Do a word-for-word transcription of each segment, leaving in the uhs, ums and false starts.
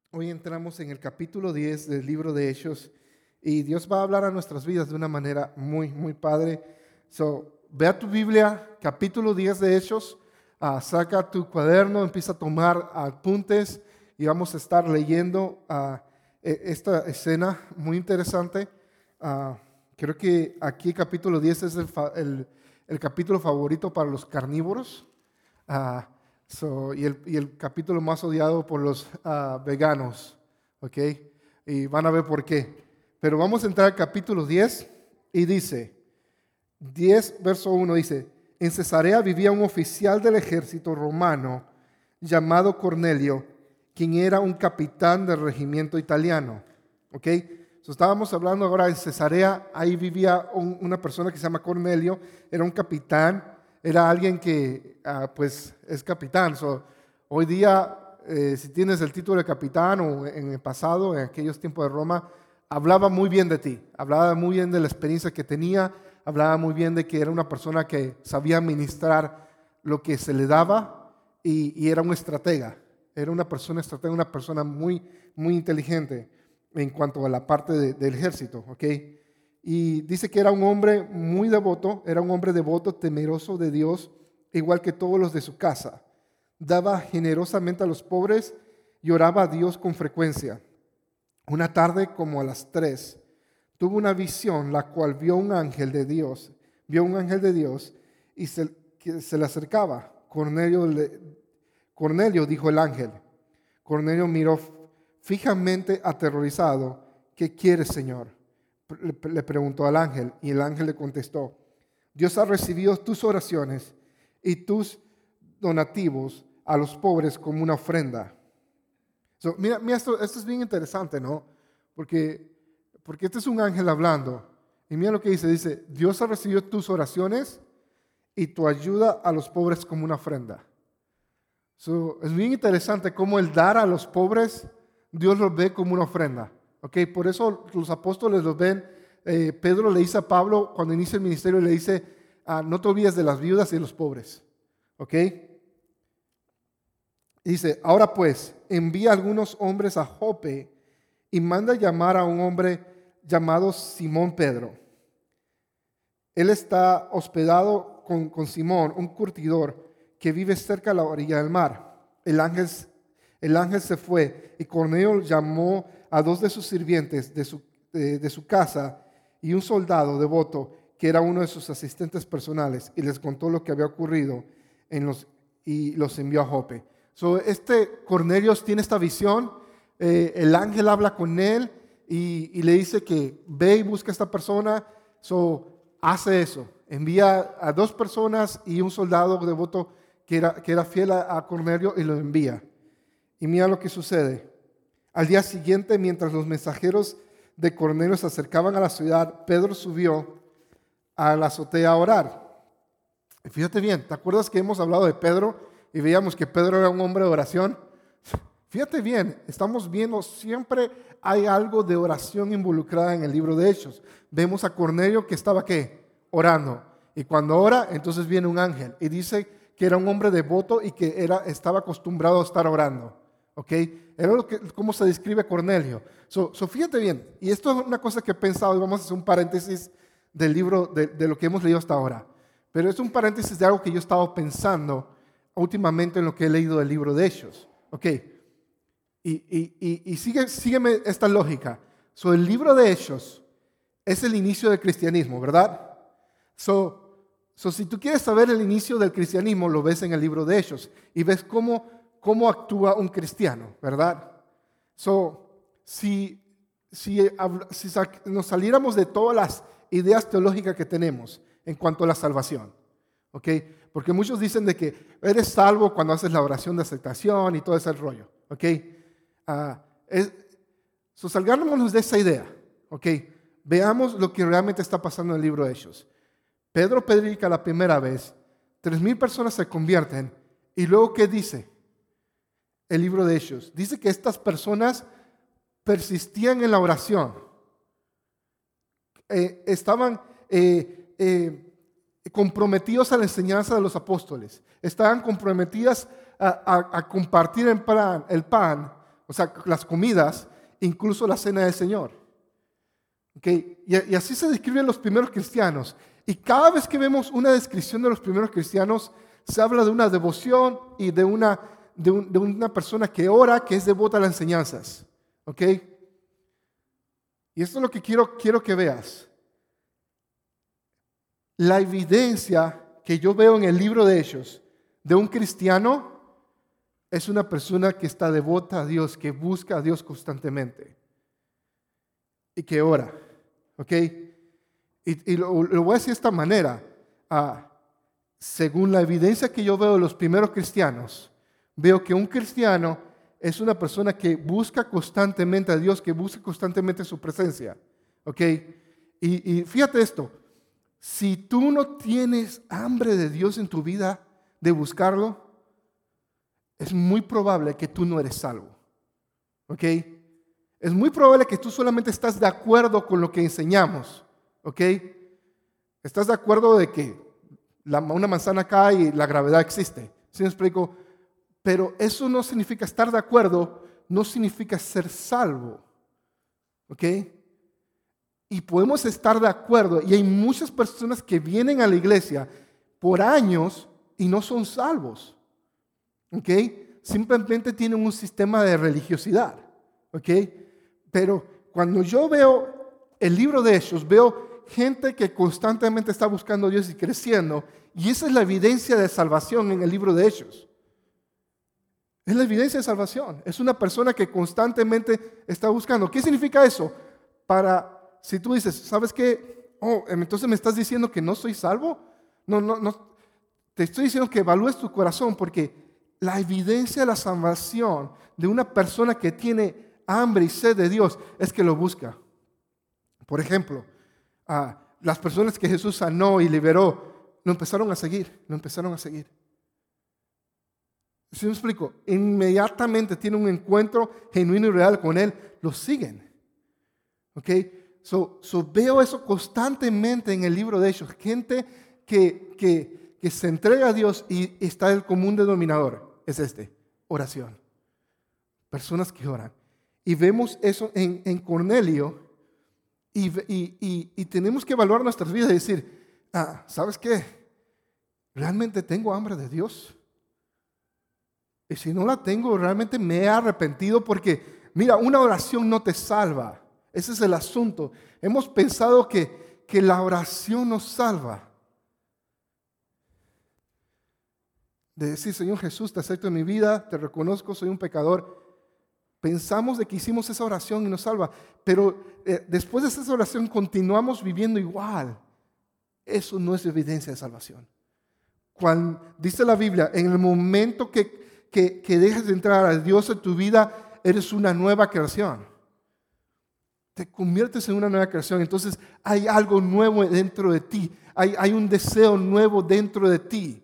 Hoy entramos en el capítulo diez del libro de Hechos y Dios va a hablar a nuestras vidas de una manera muy, muy padre. So, ve a tu Biblia, capítulo diez de Hechos, uh, saca tu cuaderno, empieza a tomar apuntes y vamos a estar leyendo uh, esta escena muy interesante. Uh, creo que aquí capítulo diez es el, fa- el, el capítulo favorito para los carnívoros. Uh, So, y, el, y el capítulo más odiado por los uh, veganos, ¿ok? Y van a ver por qué. Pero vamos a entrar al capítulo diez y dice, diez verso uno dice, en Cesarea vivía un oficial del ejército romano llamado Cornelio, quien era un capitán del regimiento italiano, ¿ok? So, estábamos hablando ahora en Cesarea, ahí vivía un, una persona que se llama Cornelio, era un capitán. Era alguien que, uh, pues, es capitán. So, hoy día, eh, si tienes el título de capitán o en el pasado, en aquellos tiempos de Roma, hablaba muy bien de ti. Hablaba muy bien de la experiencia que tenía. Hablaba muy bien de que era una persona que sabía administrar lo que se le daba y, y era un estratega. Era una persona estratega, una persona muy, muy inteligente en cuanto a la parte de, del ejército, ¿ok? Y dice que era un hombre muy devoto, era un hombre devoto, temeroso de Dios, igual que todos los de su casa. Daba generosamente a los pobres y oraba a Dios con frecuencia. Una tarde, como a las tres, tuvo una visión, la cual vio un ángel de Dios, vio un ángel de Dios y se, que se le acercaba. Cornelio, le, Cornelio, dijo el ángel. Cornelio miró fijamente aterrorizado. ¿Qué quieres, Señor?, le preguntó al ángel, y el ángel le contestó: Dios ha recibido tus oraciones y tus donativos a los pobres como una ofrenda. So, mira, mira esto, esto es bien interesante, ¿no? Porque, porque este es un ángel hablando, y mira lo que dice, dice, Dios ha recibido tus oraciones y tu ayuda a los pobres como una ofrenda. So, es bien interesante cómo el dar a los pobres, Dios los ve como una ofrenda. Okay, por eso los apóstoles los ven. eh, Pedro le dice a Pablo cuando inicia el ministerio, le dice, ah, no te olvides de las viudas y de los pobres. ¿Ok? Dice, ahora pues, envía a algunos hombres a Jope y manda llamar a un hombre llamado Simón Pedro. Él está hospedado con, con Simón, un curtidor que vive cerca de la orilla del mar. El ángel, el ángel se fue y Cornelio llamó a dos de sus sirvientes de su, de, de su casa y un soldado devoto que era uno de sus asistentes personales, y les contó lo que había ocurrido en los, y los envió a Jope. So, este Cornelio tiene esta visión, eh, el ángel habla con él y, y le dice que ve y busca a esta persona. So, hace eso, envía a dos personas y un soldado devoto que era, que era fiel a, a Cornelio, y lo envía. Y mira lo que sucede. Al día siguiente, mientras los mensajeros de Cornelio se acercaban a la ciudad, Pedro subió a la azotea a orar. Y fíjate bien, ¿te acuerdas que hemos hablado de Pedro y veíamos que Pedro era un hombre de oración? Fíjate bien, estamos viendo, siempre hay algo de oración involucrada en el libro de Hechos. Vemos a Cornelio que estaba, ¿qué? Orando. Y cuando ora, entonces viene un ángel y dice que era un hombre devoto y que era, estaba acostumbrado a estar orando. ¿Ok? Era lo que, cómo se describe Cornelio. So, so fíjate bien, y esto es una cosa que he pensado, y vamos a hacer un paréntesis del libro, de, de lo que hemos leído hasta ahora. Pero es un paréntesis de algo que yo he estado pensando últimamente en lo que he leído del libro de Hechos. ¿Ok? Y, y, y, y sigue, sígueme esta lógica. So, el libro de Hechos es el inicio del cristianismo, ¿verdad? So, so, si tú quieres saber el inicio del cristianismo, lo ves en el libro de Hechos y ves cómo, cómo actúa un cristiano, ¿verdad? So, si, si, si nos saliéramos de todas las ideas teológicas que tenemos en cuanto a la salvación, ¿ok? Porque muchos dicen de que eres salvo cuando haces la oración de aceptación y todo ese rollo, ¿ok? Uh, es, so salgámonos de esa idea, ¿ok? Veamos lo que realmente está pasando en el libro de Hechos. Pedro predica la primera vez, tres mil personas se convierten, y luego ¿qué dice el libro de Hechos? Dice que estas personas persistían en la oración, eh, estaban eh, eh, comprometidos a la enseñanza de los apóstoles, estaban comprometidas a, a, a compartir el pan, el pan o sea, las comidas, incluso la cena del Señor. ¿Okay? Y, y así se describen los primeros cristianos. Y cada vez que vemos una descripción de los primeros cristianos, se habla de una devoción y de una, de un, de una persona que ora, que es devota a las enseñanzas. ¿Ok? Y esto es lo que quiero, quiero que veas. La evidencia que yo veo en el libro de Hechos de un cristiano es una persona que está devota a Dios, que busca a Dios constantemente y que ora. ¿Ok? Y, y lo, lo voy a decir de esta manera. Ah, según la evidencia que yo veo de los primeros cristianos, veo que un cristiano es una persona que busca constantemente a Dios, que busca constantemente su presencia. ¿Ok? Y, y fíjate esto. Si tú no tienes hambre de Dios en tu vida, de buscarlo, es muy probable que tú no eres salvo. ¿Ok? Es muy probable que tú solamente estás de acuerdo con lo que enseñamos. ¿Ok? ¿Estás de acuerdo de que la, una manzana cae y la gravedad existe? ¿Sí me explico? Pero eso no significa estar de acuerdo, no significa ser salvo. ¿Ok? Y podemos estar de acuerdo, y hay muchas personas que vienen a la iglesia por años y no son salvos. ¿Ok? Simplemente tienen un sistema de religiosidad. ¿Ok? Pero cuando yo veo el libro de Hechos, veo gente que constantemente está buscando a Dios y creciendo, y esa es la evidencia de salvación en el libro de Hechos. Es la evidencia de salvación. Es una persona que constantemente está buscando. ¿Qué significa eso? Para, si tú dices, ¿sabes qué? Oh, entonces me estás diciendo que no soy salvo. No, no, no. Te estoy diciendo que evalúes tu corazón, porque la evidencia de la salvación de una persona que tiene hambre y sed de Dios es que lo busca. Por ejemplo, uh, las personas que Jesús sanó y liberó, lo empezaron a seguir, lo empezaron a seguir. ¿Sí me explico? Inmediatamente tienen un encuentro genuino y real con Él, lo siguen. ¿Ok? So, so veo eso constantemente en el libro de Hechos. Gente que, que, que se entrega a Dios y está el común denominador. Es este, oración. Personas que oran. Y vemos eso en, en Cornelio y, y, y, y tenemos que evaluar nuestras vidas y decir, ah, ¿sabes qué? ¿Realmente tengo hambre de Dios? Y si no la tengo, realmente me he arrepentido, porque, mira, una oración no te salva. Ese es el asunto. Hemos pensado que, que la oración nos salva. De decir, Señor Jesús, te acepto en mi vida, te reconozco, soy un pecador. Pensamos de que hicimos esa oración y nos salva, pero eh, después de esa oración continuamos viviendo igual. Eso no es evidencia de salvación. Cuando dice la Biblia, en el momento que, que, que dejas de entrar a Dios en tu vida, eres una nueva creación. Te conviertes en una nueva creación. Entonces hay algo nuevo dentro de ti. Hay, hay un deseo nuevo dentro de ti.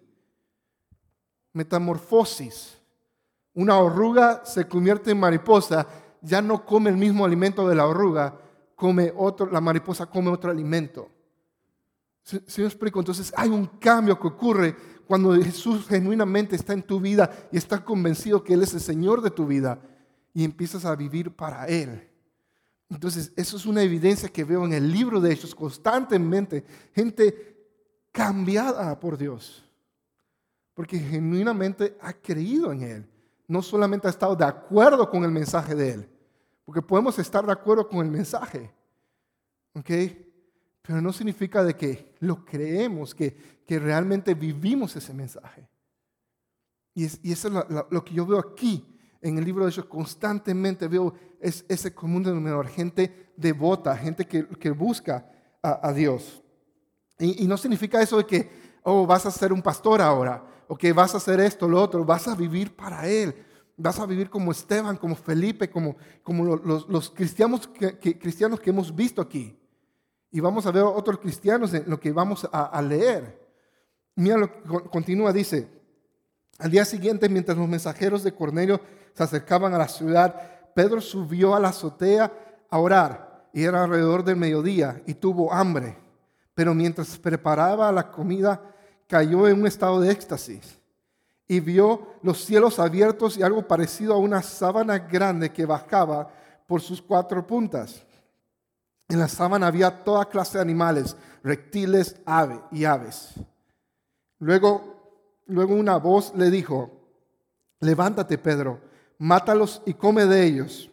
Metamorfosis. Una oruga se convierte en mariposa, ya no come el mismo alimento de la oruga, come otro, la mariposa come otro alimento. ¿Sí, sí me explico? Entonces hay un cambio que ocurre cuando Jesús genuinamente está en tu vida y estás convencido que Él es el Señor de tu vida y empiezas a vivir para Él. Entonces eso es una evidencia que veo en el libro de Hechos constantemente. Gente cambiada por Dios, porque genuinamente ha creído en Él. No solamente ha estado de acuerdo con el mensaje de Él, porque podemos estar de acuerdo con el mensaje, ¿ok? Pero no significa de que lo creemos, que, que realmente vivimos ese mensaje. Y, es, y eso es lo, lo, lo que yo veo aquí en el libro de Hechos. Constantemente veo es, ese común denominador, gente devota, gente que, que busca a, a Dios. Y, y no significa eso de que, oh, vas a ser un pastor ahora, o que vas a hacer esto, lo otro. Vas a vivir para Él. Vas a vivir como Esteban, como Felipe, como, como los, los cristianos, que, que, cristianos que hemos visto aquí. Y vamos a ver otros cristianos en lo que vamos a, a leer. Mira lo que continúa, dice: al día siguiente, mientras los mensajeros de Cornelio se acercaban a la ciudad, Pedro subió a la azotea a orar, y era alrededor del mediodía, y tuvo hambre. Pero mientras preparaba la comida, cayó en un estado de éxtasis y vio los cielos abiertos y algo parecido a una sábana grande que bajaba por sus cuatro puntas. En la sábana había toda clase de animales, reptiles, ave y aves. Luego, luego una voz le dijo: levántate, Pedro, mátalos y come de ellos.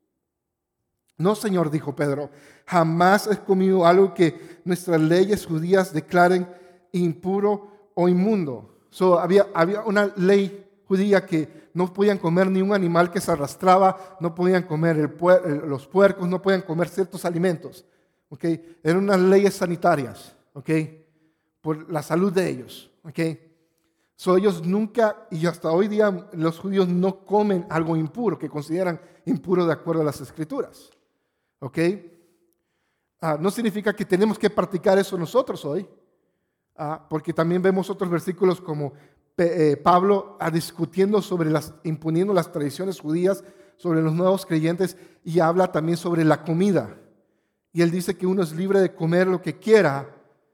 No, Señor, dijo Pedro, jamás he comido algo que nuestras leyes judías declaren impuro o inmundo. So, había, había una ley judía que no podían comer ni un animal que se arrastraba, no podían comer el puer, el, los puercos, no podían comer ciertos alimentos. ¿Okay? Eran unas leyes sanitarias, ¿okay? Por la salud de ellos. ¿Okay? So, ellos nunca, y hasta hoy día los judíos no comen algo impuro, que consideran impuro de acuerdo a las Escrituras. ¿Okay? Ah, no significa que tenemos que practicar eso nosotros hoy. Ah, porque también vemos otros versículos como eh, Pablo ah, discutiendo sobre las, imponiendo las tradiciones judías sobre los nuevos creyentes, y habla también sobre la comida. Y él dice que uno es libre de comer lo que quiera,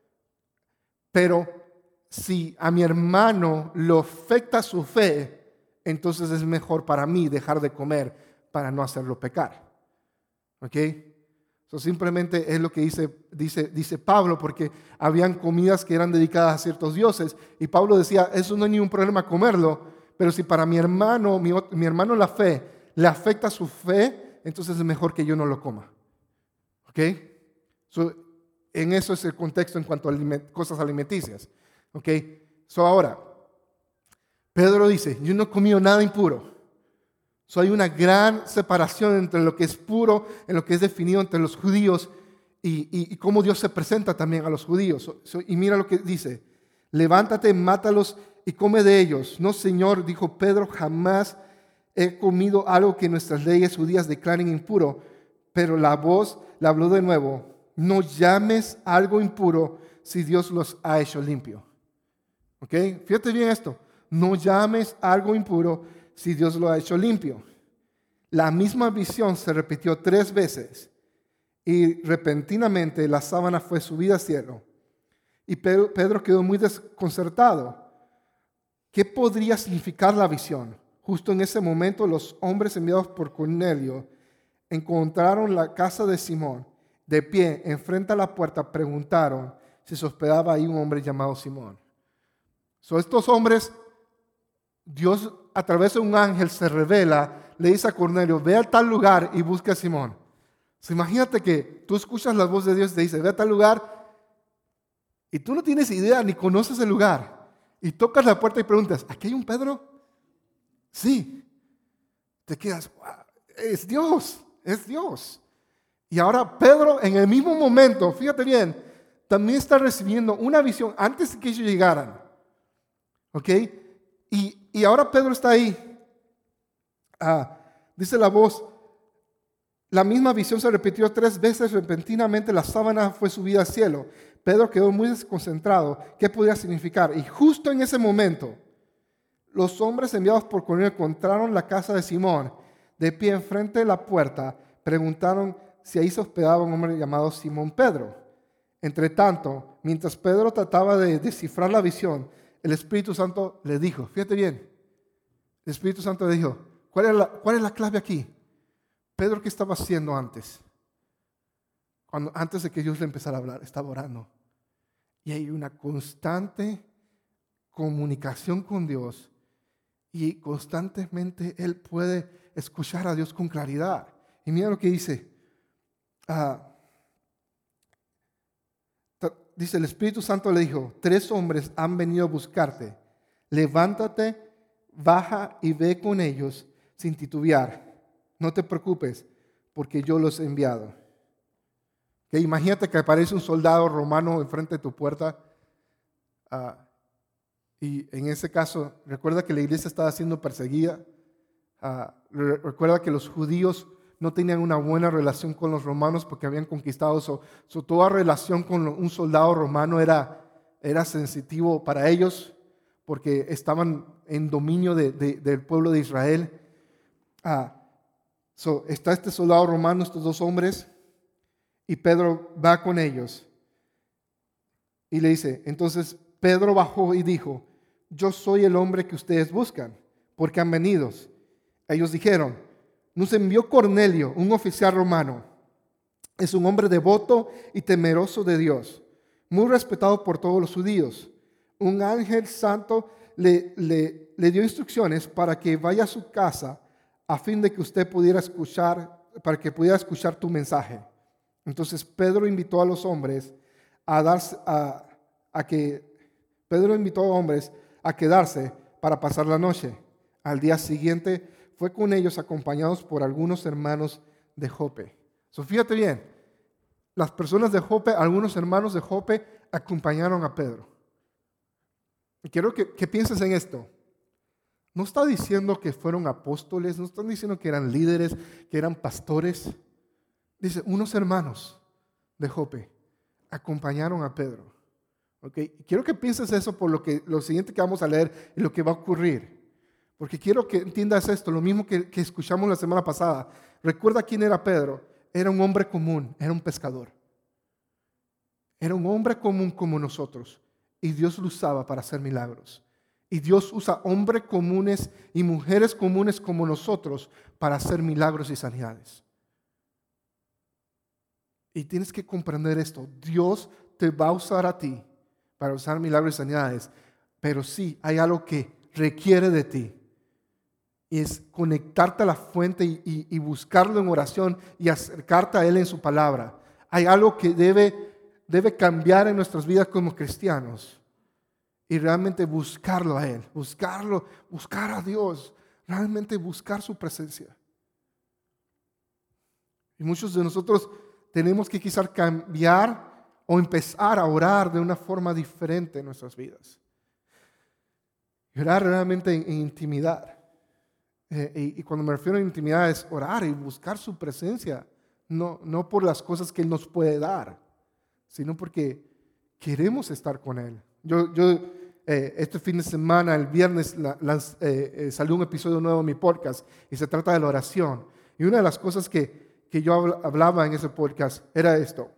pero si a mi hermano lo afecta su fe, entonces es mejor para mí dejar de comer para no hacerlo pecar. ¿Ok? So, simplemente es lo que dice, dice, dice Pablo, porque habían comidas que eran dedicadas a ciertos dioses, y Pablo decía, eso no hay ningún problema comerlo, pero si para mi hermano, mi, mi hermano la fe, le afecta su fe, entonces es mejor que yo no lo coma. ¿Ok? So, en eso es el contexto en cuanto a aliment, cosas alimenticias. ¿Ok? So, ahora, Pedro dice, yo no he comido nada impuro. So, hay una gran separación entre lo que es puro, en lo que es definido entre los judíos y, y, y cómo Dios se presenta también a los judíos. So, so, y mira lo que dice: levántate, mátalos y come de ellos. No, Señor, dijo Pedro, jamás he comido algo que nuestras leyes judías declaren impuro. Pero la voz le habló de nuevo: no llames algo impuro si Dios los ha hecho limpio. ¿Ok? Fíjate bien esto: no llames algo impuro si Dios lo ha hecho limpio. La misma visión se repitió tres veces, y repentinamente la sábana fue subida al cielo. Y Pedro, Pedro quedó muy desconcertado. ¿Qué podría significar la visión? Justo en ese momento, los hombres enviados por Cornelio encontraron la casa de Simón de pie enfrente a la puerta. Preguntaron si se hospedaba ahí un hombre llamado Simón. So, estos hombres, Dios a través de un ángel se revela, le dice a Cornelio: ve a tal lugar y busca a Simón. So, imagínate que tú escuchas la voz de Dios y te dice: ve a tal lugar, y tú no tienes idea ni conoces el lugar, y tocas la puerta y preguntas: ¿aquí hay un Pedro? Sí. Te quedas: wow, es Dios, es Dios. Y ahora Pedro, en el mismo momento, fíjate bien, también está recibiendo una visión antes de que ellos llegaran. ¿Ok? Y, y ahora Pedro está ahí. Ah, dice la voz: la misma visión se repitió tres veces. Repentinamente la sábana fue subida al cielo. Pedro quedó muy desconcentrado. ¿Qué podía significar? Y justo en ese momento, los hombres enviados por Cornelio encontraron la casa de Simón de pie enfrente de la puerta. Preguntaron si ahí se hospedaba un hombre llamado Simón Pedro. Entre tanto, mientras Pedro trataba de descifrar la visión, el Espíritu Santo le dijo, fíjate bien, el Espíritu Santo le dijo: ¿cuál es la, cuál es la clave aquí? Pedro, ¿qué estaba haciendo antes? Cuando, antes de que Dios le empezara a hablar, estaba orando. Y hay una constante comunicación con Dios, y constantemente él puede escuchar a Dios con claridad. Y mira lo que dice. Uh, Dice, el Espíritu Santo le dijo: tres hombres han venido a buscarte. Levántate, baja y ve con ellos sin titubear. No te preocupes, porque yo los he enviado. Que imagínate que aparece un soldado romano enfrente de tu puerta. Uh, y en ese caso, recuerda que la iglesia estaba siendo perseguida. Uh, recuerda que los judíos no tenían una buena relación con los romanos porque habían conquistado. So, so toda relación con un soldado romano era, era sensitivo para ellos, porque estaban en dominio de, de, del pueblo de Israel. Ah, so, está este soldado romano, estos dos hombres, y Pedro va con ellos. Y le dice, entonces Pedro bajó y dijo: yo soy el hombre que ustedes buscan, porque han venido. Ellos dijeron, nos envió Cornelio, un oficial romano. Es un hombre devoto y temeroso de Dios, muy respetado por todos los judíos. Un ángel santo le, le, le dio instrucciones para que vaya a su casa a fin de que usted pudiera escuchar, para que pudiera escuchar tu mensaje. Entonces Pedro invitó a los hombres a darse, a, a que Pedro invitó a hombres a quedarse para pasar la noche. Al día siguiente fue con ellos acompañados por algunos hermanos de Jope. So, fíjate bien, las personas de Jope, algunos hermanos de Jope acompañaron a Pedro. Y quiero que, que pienses en esto. No está diciendo que fueron apóstoles, no están diciendo que eran líderes, que eran pastores. Dice, unos hermanos de Jope acompañaron a Pedro. ¿Okay? Quiero que pienses eso por lo, que, lo siguiente que vamos a leer y lo que va a ocurrir. Porque quiero que entiendas esto, lo mismo que, que escuchamos la semana pasada. Recuerda quién era Pedro. Era un hombre común, era un pescador. Era un hombre común como nosotros. Y Dios lo usaba para hacer milagros. Y Dios usa hombres comunes y mujeres comunes como nosotros para hacer milagros y sanidades. Y tienes que comprender esto. Dios te va a usar a ti para usar milagros y sanidades. Pero sí, hay algo que requiere de ti. Y es conectarte a la fuente y, y, y buscarlo en oración y acercarte a Él en su palabra. Hay algo que debe, debe cambiar en nuestras vidas como cristianos. Y realmente buscarlo a Él, buscarlo, buscar a Dios, realmente buscar su presencia. Y muchos de nosotros tenemos que quizás cambiar o empezar a orar de una forma diferente en nuestras vidas. Y orar realmente en, en intimidad. Eh, y, y cuando me refiero a intimidad es orar y buscar su presencia, no, no por las cosas que Él nos puede dar, sino porque queremos estar con Él. Yo, yo eh, este fin de semana, el viernes, la, las, eh, eh, salió un episodio nuevo en mi podcast y se trata de la oración. Y una de las cosas que, que yo hablaba en ese podcast era esto.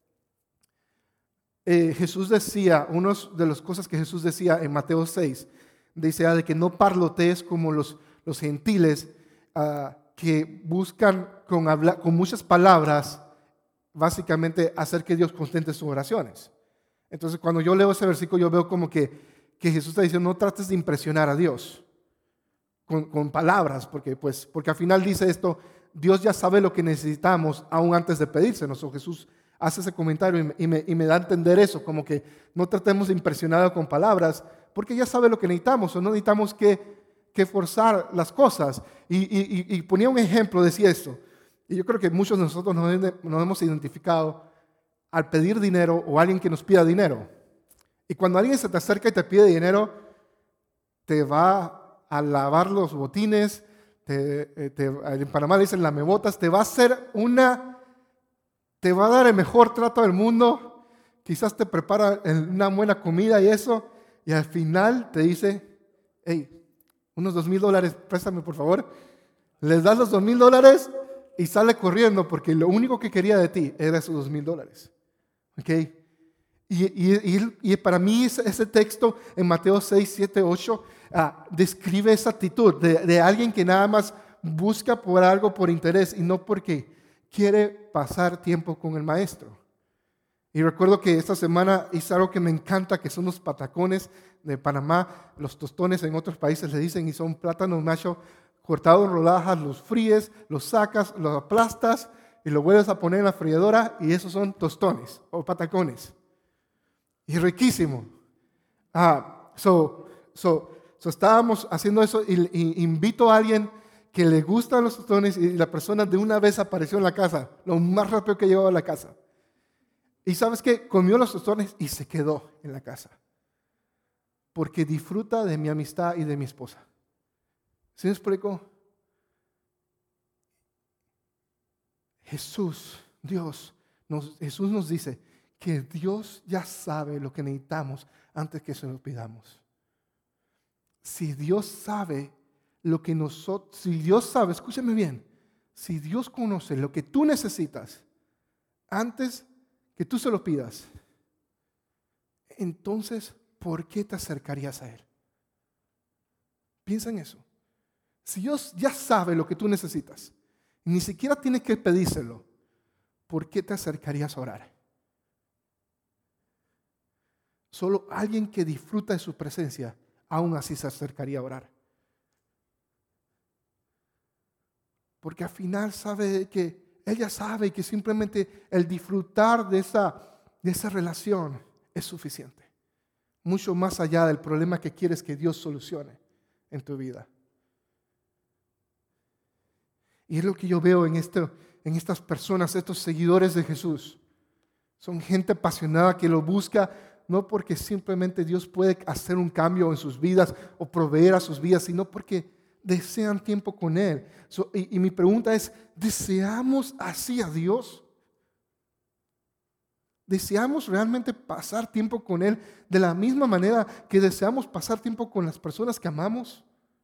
Eh, Jesús decía, una de las cosas que Jesús decía en Mateo seis, dice ah, de que no parlotees como los los gentiles uh, que buscan con, habla, con muchas palabras básicamente hacer que Dios contente sus oraciones. Entonces cuando yo leo ese versículo yo veo como que, que Jesús está diciendo no trates de impresionar a Dios con, con palabras, porque, pues, porque al final dice esto, Dios ya sabe lo que necesitamos aún antes de pedírsenos. O Jesús hace ese comentario y me, y, me, y me da a entender eso, como que no tratemos de impresionarlo con palabras, porque ya sabe lo que necesitamos, o no necesitamos que que forzar las cosas. Y, y, y ponía un ejemplo, decía esto. Y yo creo que muchos de nosotros nos, nos hemos identificado al pedir dinero o a alguien que nos pida dinero. Y cuando alguien se te acerca y te pide dinero, te va a lavar los botines, te, te, en Panamá le dicen lamebotas, te va a hacer una, te va a dar el mejor trato del mundo, quizás te prepara una buena comida y eso, y al final te dice, hey, unos dos mil dólares, préstame por favor. Les das los dos mil dólares y sale corriendo porque lo único que quería de ti era esos dos mil dólares. ¿Ok? Y, y, y, y para mí ese, ese texto en Mateo seis, siete, ocho ah, describe esa actitud de, de alguien que nada más busca por algo por interés y no porque quiere pasar tiempo con el maestro. Y recuerdo que esta semana hice algo que me encanta, que son los patacones de Panamá. Los tostones en otros países le dicen y son plátanos macho cortados en rodajas, los fríes, los sacas, los aplastas y lo vuelves a poner en la freidora y esos son tostones o patacones. Y riquísimo. Ah, so, so, so estábamos haciendo eso y, y invito a alguien que le gustan los tostones y la persona de una vez apareció en la casa, lo más rápido que llegó a la casa. Y ¿sabes qué? Comió los tostones y se quedó en la casa. Porque disfruta de mi amistad y de mi esposa. ¿Sí me explico? Jesús, Dios, nos, Jesús nos dice que Dios ya sabe lo que necesitamos antes que se lo pidamos. Si Dios sabe lo que nosotros, si Dios sabe, escúchame bien, si Dios conoce lo que tú necesitas antes que tú se lo pidas, entonces, ¿por qué te acercarías a Él? Piensa en eso. Si Dios ya sabe lo que tú necesitas, y ni siquiera tienes que pedírselo, ¿por qué te acercarías a orar? Solo alguien que disfruta de su presencia, aún así se acercaría a orar. Porque al final sabe que, ella sabe que simplemente el disfrutar de esa, de esa relación es suficiente. Mucho más allá del problema que quieres que Dios solucione en tu vida. Y es lo que yo veo en, este, en estas personas, estos seguidores de Jesús. Son gente apasionada que lo busca, no porque simplemente Dios puede hacer un cambio en sus vidas o proveer a sus vidas, sino porque desean tiempo con Él. So, y, y mi pregunta es, ¿deseamos así a Dios? ¿Deseamos realmente pasar tiempo con Él de la misma manera que deseamos pasar tiempo con las personas que amamos?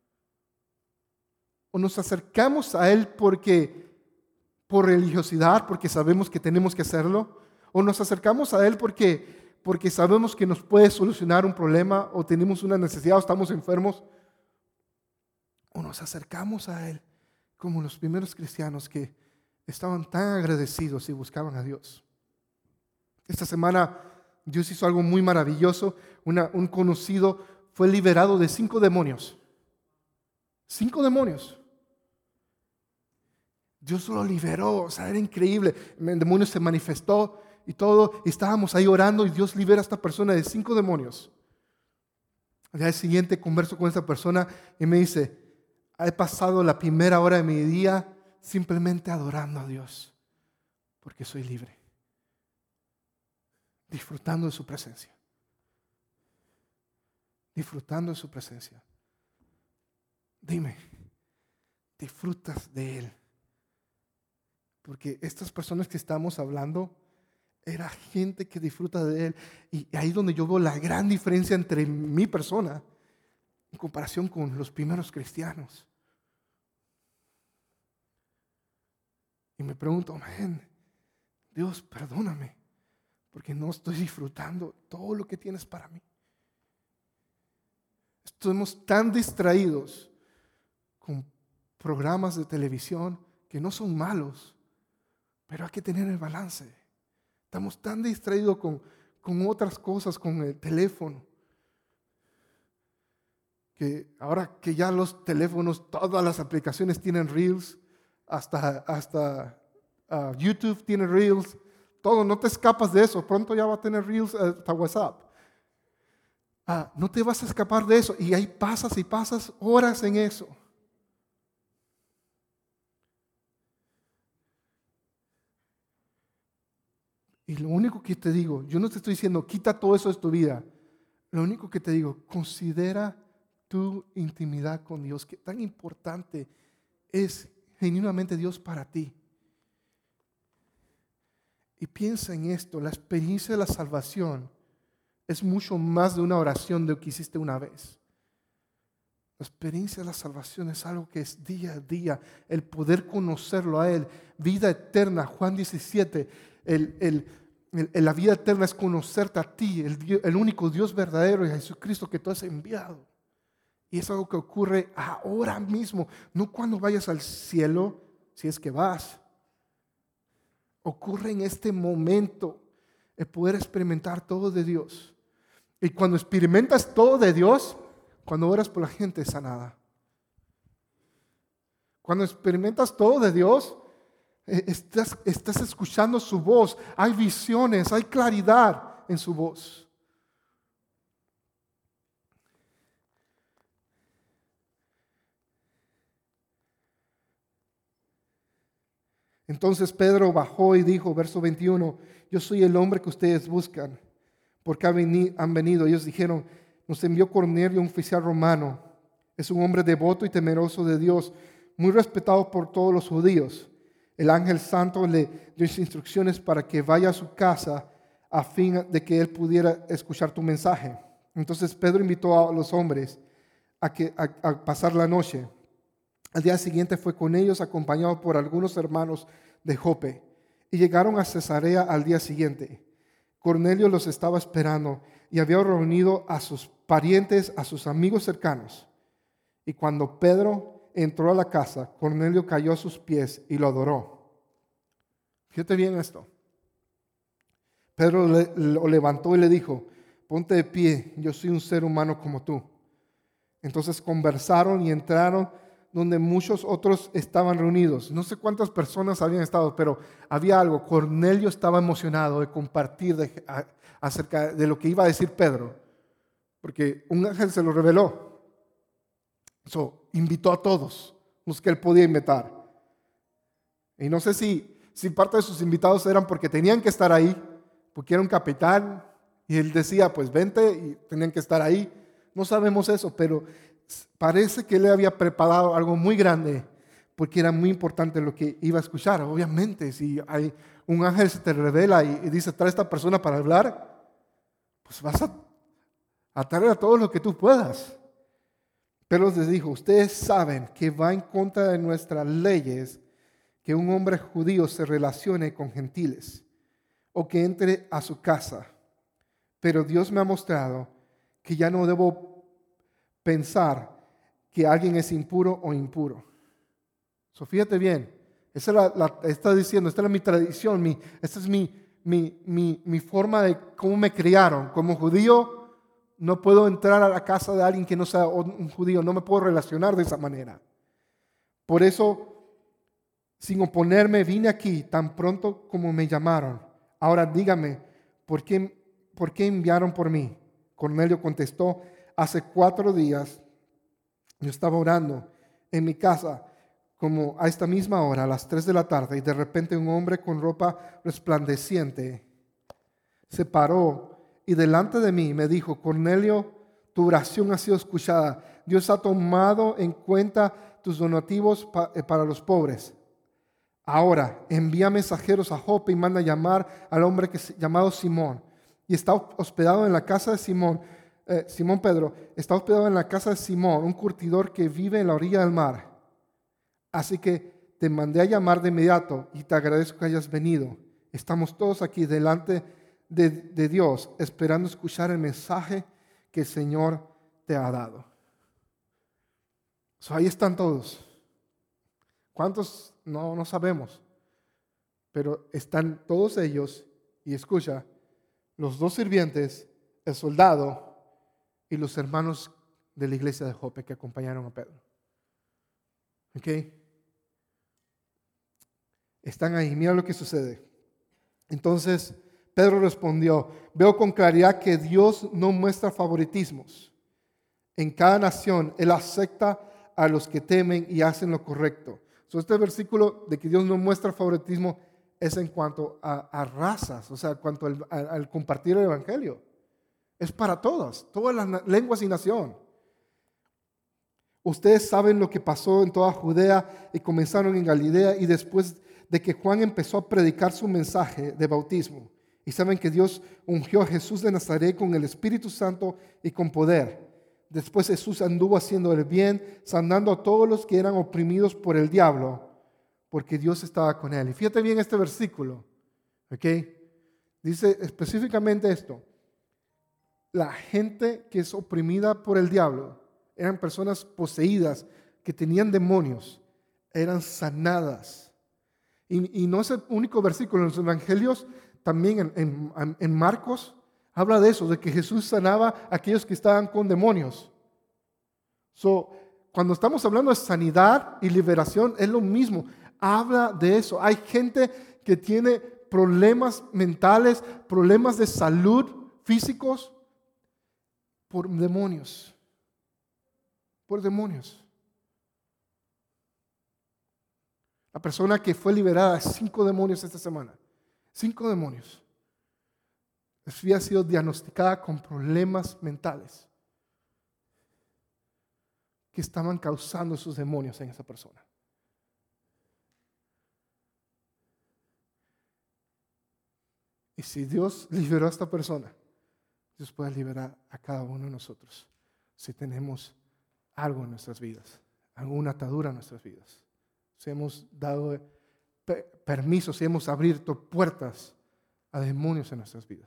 ¿O nos acercamos a Él porque, por religiosidad, porque sabemos que tenemos que hacerlo? ¿O nos acercamos a Él porque, porque sabemos que nos puede solucionar un problema o tenemos una necesidad o estamos enfermos? ¿O nos acercamos a Él como los primeros cristianos que estaban tan agradecidos y buscaban a Dios? Esta semana Dios hizo algo muy maravilloso. Una, un conocido fue liberado de cinco demonios. Cinco demonios. Dios lo liberó, o sea, era increíble. El demonio se manifestó y todo. Y estábamos ahí orando y Dios libera a esta persona de cinco demonios. Al día siguiente converso con esta persona y me dice, he pasado la primera hora de mi día simplemente adorando a Dios porque soy libre. Disfrutando de su presencia. Disfrutando de su presencia. Dime, ¿disfrutas de Él? Porque estas personas que estamos hablando, era gente que disfruta de Él. Y ahí es donde yo veo la gran diferencia entre mi persona en comparación con los primeros cristianos. Y me pregunto, man, Dios, perdóname, porque no estoy disfrutando todo lo que tienes para mí. Estamos tan distraídos con programas de televisión que no son malos, pero hay que tener el balance. Estamos tan distraídos con, con otras cosas, con el teléfono, que ahora que ya los teléfonos, todas las aplicaciones tienen Reels, hasta, hasta uh, YouTube tiene Reels, todo, no te escapas de eso. Pronto ya va a tener Reels hasta WhatsApp. Ah, no te vas a escapar de eso. Y ahí pasas y pasas horas en eso. Y lo único que te digo, yo no te estoy diciendo, quita todo eso de tu vida. Lo único que te digo, considera tu intimidad con Dios. Qué tan importante es genuinamente Dios para ti. Y piensa en esto, la experiencia de la salvación es mucho más de una oración de lo que hiciste una vez. La experiencia de la salvación es algo que es día a día, el poder conocerlo a Él, vida eterna. Juan diecisiete, el, el, el, la vida eterna es conocerte a ti, el, Dios, el único Dios verdadero y a Jesucristo que tú has enviado. Y es algo que ocurre ahora mismo, no cuando vayas al cielo, si es que vas. Ocurre en este momento el poder experimentar todo de Dios. Y cuando experimentas todo de Dios, cuando oras por la gente sanada. Cuando experimentas todo de Dios, estás, estás escuchando su voz. Hay visiones, hay claridad en su voz. Entonces Pedro bajó y dijo, verso veintiuno, yo soy el hombre que ustedes buscan. ¿Por qué han venido? Ellos dijeron, nos envió Cornelio, un oficial romano. Es un hombre devoto y temeroso de Dios, muy respetado por todos los judíos. El ángel santo le dio instrucciones para que vaya a su casa a fin de que él pudiera escuchar tu mensaje. Entonces Pedro invitó a los hombres a, que, a, a pasar la noche. Al día siguiente fue con ellos acompañado por algunos hermanos de Jope y llegaron a Cesarea al día siguiente. Cornelio los estaba esperando y había reunido a sus parientes, a sus amigos cercanos. Y cuando Pedro entró a la casa, Cornelio cayó a sus pies y lo adoró. Fíjate bien esto. Pedro le, lo levantó y le dijo: ponte de pie, yo soy un ser humano como tú. Entonces conversaron y entraron donde muchos otros estaban reunidos. No sé cuántas personas habían estado, pero había algo. Cornelio estaba emocionado de compartir de, a, acerca de lo que iba a decir Pedro, porque un ángel se lo reveló. So, invitó a todos los que él podía invitar. Y no sé si, si parte de sus invitados eran porque tenían que estar ahí, porque era un capitán y él decía, pues vente, y tenían que estar ahí. No sabemos eso, pero parece que él le había preparado algo muy grande, porque era muy importante lo que iba a escuchar. Obviamente, si hay un ángel se te revela y, y dice, trae a esta persona para hablar, pues vas a, a traer a todo lo que tú puedas. Pero les dijo, ustedes saben que va en contra de nuestras leyes que un hombre judío se relacione con gentiles o que entre a su casa. Pero Dios me ha mostrado que ya no debo pensar que alguien es impuro o impuro. So, fíjate bien, esa es la, la, está diciendo, esta es mi tradición, mi, esta es mi, mi, mi, mi forma de cómo me criaron. Como judío, no puedo entrar a la casa de alguien que no sea un judío, no me puedo relacionar de esa manera. Por eso, sin oponerme, vine aquí tan pronto como me llamaron. Ahora dígame, ¿por qué, por qué enviaron por mí? Cornelio contestó, hace cuatro días yo estaba orando en mi casa, como a esta misma hora, a las tres de la tarde, y de repente un hombre con ropa resplandeciente se paró y delante de mí me dijo, Cornelio, tu oración ha sido escuchada. Dios ha tomado en cuenta tus donativos pa- eh, para los pobres. Ahora envía mensajeros a Jope y manda llamar al hombre que es llamado Simón. Y está hospedado en la casa de Simón. Eh, Simón Pedro está hospedado en la casa de Simón, un curtidor que vive en la orilla del mar. Así que te mandé a llamar de inmediato y te agradezco que hayas venido. Estamos todos aquí delante de, de Dios, esperando escuchar el mensaje que el Señor te ha dado. So, ahí están todos. ¿Cuántos? No, no sabemos. Pero están todos ellos y escucha, los dos sirvientes, el soldado y los hermanos de la iglesia de Jope que acompañaron a Pedro. ¿Ok? Están ahí, mira lo que sucede. Entonces Pedro respondió, veo con claridad que Dios no muestra favoritismos. En cada nación Él acepta a los que temen y hacen lo correcto. So, este versículo de que Dios no muestra favoritismo es en cuanto a, a razas, o sea, en cuanto al, al, al compartir el evangelio. Es para todas, todas las lenguas y nación. Ustedes saben lo que pasó en toda Judea y comenzaron en Galilea y después de que Juan empezó a predicar su mensaje de bautismo. Y saben que Dios ungió a Jesús de Nazaret con el Espíritu Santo y con poder. Después Jesús anduvo haciendo el bien, sanando a todos los que eran oprimidos por el diablo, porque Dios estaba con él. Y fíjate bien este versículo, ¿ok? Dice específicamente esto. La gente que es oprimida por el diablo eran personas poseídas que tenían demonios, eran sanadas. Y, y no es el único versículo, en los evangelios, también en, en, en Marcos, habla de eso, de que Jesús sanaba a aquellos que estaban con demonios. So, cuando estamos hablando de sanidad y liberación, es lo mismo. Habla de eso. Hay gente que tiene problemas mentales, problemas de salud físicos por demonios. Por demonios. La persona que fue liberada de cinco demonios esta semana. Cinco demonios. Había sido diagnosticada con problemas mentales que estaban causando esos demonios en esa persona. Y si Dios liberó a esta persona, Dios puede liberar a cada uno de nosotros si tenemos algo en nuestras vidas, alguna atadura en nuestras vidas. Si hemos dado permiso, si hemos abierto puertas a demonios en nuestras vidas.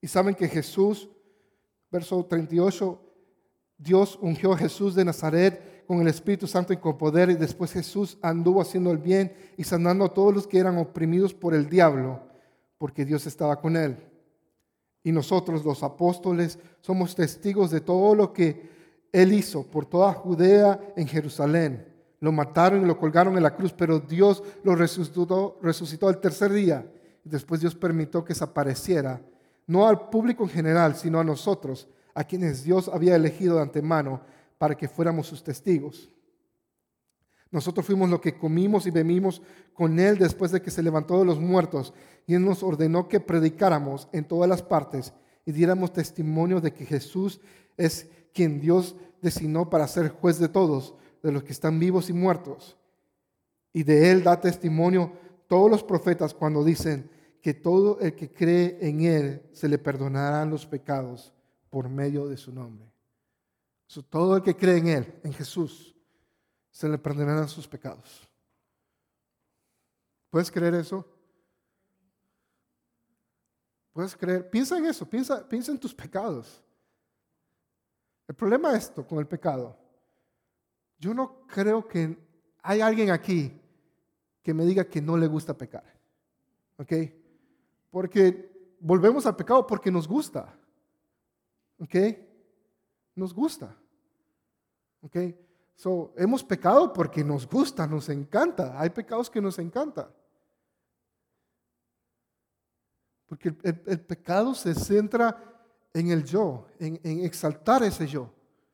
Y saben que Jesús, verso treinta y ocho, Dios ungió a Jesús de Nazaret con el Espíritu Santo y con poder, y después Jesús anduvo haciendo el bien y sanando a todos los que eran oprimidos por el diablo, porque Dios estaba con él. Y nosotros, los apóstoles, somos testigos de todo lo que él hizo por toda Judea en Jerusalén. Lo mataron y lo colgaron en la cruz, pero Dios lo resucitó, resucitó el tercer día. Y después Dios permitió que desapareciera, no al público en general, sino a nosotros, a quienes Dios había elegido de antemano para que fuéramos sus testigos. Nosotros fuimos lo que comimos y bebimos con Él después de que se levantó de los muertos, y Él nos ordenó que predicáramos en todas las partes y diéramos testimonio de que Jesús es quien Dios designó para ser juez de todos, de los que están vivos y muertos. Y de Él da testimonio todos los profetas cuando dicen que todo el que cree en Él se le perdonarán los pecados por medio de su nombre. So, todo el que cree en Él, en Jesús, se le perdonarán sus pecados. ¿Puedes creer eso? ¿Puedes creer? Piensa en eso, piensa, piensa en tus pecados. El problema es esto con el pecado. Yo no creo que hay alguien aquí que me diga que no le gusta pecar. ¿Ok? Porque volvemos al pecado porque nos gusta. ¿Ok? Nos gusta. ¿Ok? So, hemos pecado porque nos gusta, nos encanta. Hay pecados que nos encantan. Porque el, el, el pecado se centra en el yo, en, en exaltar ese yo,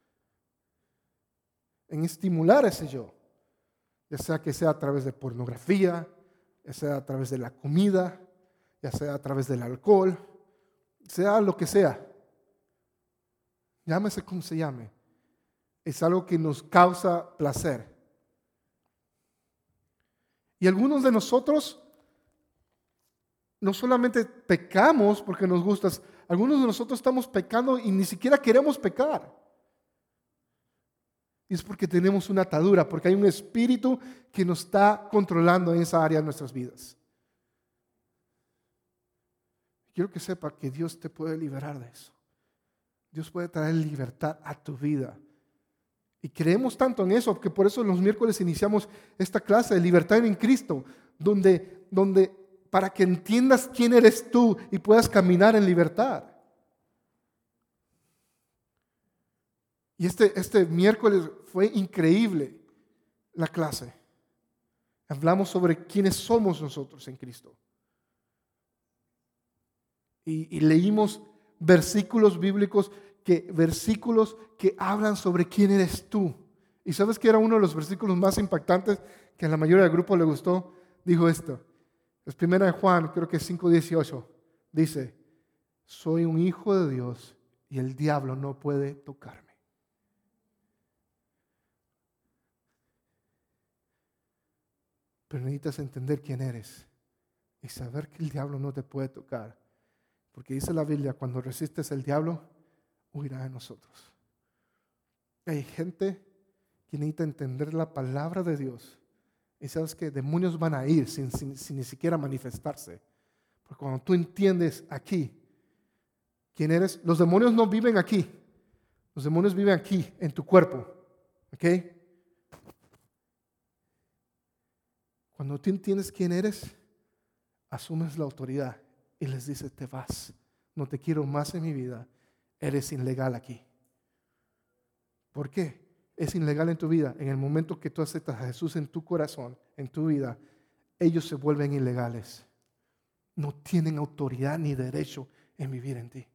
en estimular ese yo, ya sea que sea a través de pornografía, ya sea a través de la comida, ya sea a través del alcohol, sea lo que sea. Llámese como se llame. Es algo que nos causa placer. Y algunos de nosotros no solamente pecamos porque nos gusta, algunos de nosotros estamos pecando y ni siquiera queremos pecar. Y es porque tenemos una atadura, porque hay un espíritu que nos está controlando en esa área de nuestras vidas. Quiero que sepa que Dios te puede liberar de eso. Dios puede traer libertad a tu vida. Y creemos tanto en eso que por eso los miércoles iniciamos esta clase de libertad en Cristo, donde, donde para que entiendas quién eres tú y puedas caminar en libertad. Y este, este miércoles fue increíble la clase. Hablamos sobre quiénes somos nosotros en Cristo. Y, y leímos versículos bíblicos que, versículos que hablan sobre quién eres tú. Y sabes que era uno de los versículos más impactantes que a la mayoría del grupo le gustó. Dijo esto. Es primera de Juan, creo que es cinco dieciocho. Dice, soy un hijo de Dios y el diablo no puede tocarme. Pero necesitas entender quién eres y saber que el diablo no te puede tocar. Porque dice la Biblia, cuando resistes al diablo, huirá de nosotros. Hay gente que necesita entender la palabra de Dios. Y sabes que demonios van a ir sin, sin, sin ni siquiera manifestarse. Porque cuando tú entiendes aquí quién eres, los demonios no viven aquí. Los demonios viven aquí, en tu cuerpo. ¿Ok? Cuando tú entiendes quién eres, asumes la autoridad y les dices, te vas, no te quiero más en mi vida, eres ilegal aquí. ¿Por qué? Es ilegal en tu vida. En el momento que tú aceptas a Jesús en tu corazón, en tu vida, ellos se vuelven ilegales. No tienen autoridad ni derecho en vivir en ti.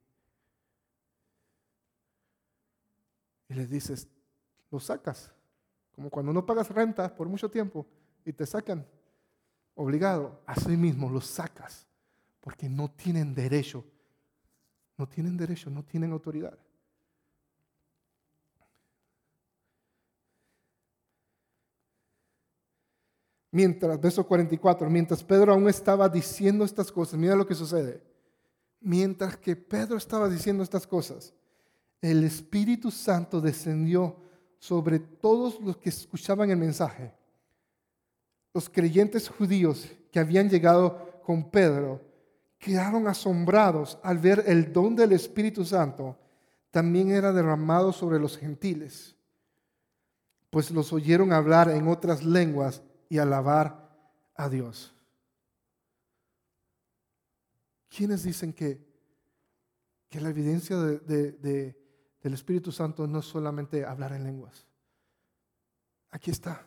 Y les dices, los sacas, como cuando no pagas renta por mucho tiempo y te sacan obligado, así mismo los sacas, porque no tienen derecho, no tienen derecho, no tienen autoridad. Mientras, verso cuarenta y cuatro, mientras Pedro aún estaba diciendo estas cosas, mira lo que sucede. Mientras que Pedro estaba diciendo estas cosas, el Espíritu Santo descendió sobre todos los que escuchaban el mensaje. Los creyentes judíos que habían llegado con Pedro quedaron asombrados al ver el don del Espíritu Santo también era derramado sobre los gentiles, pues los oyeron hablar en otras lenguas y alabar a Dios. ¿Quiénes dicen que, que la evidencia de, de, de, del Espíritu Santo no es solamente hablar en lenguas? Aquí está.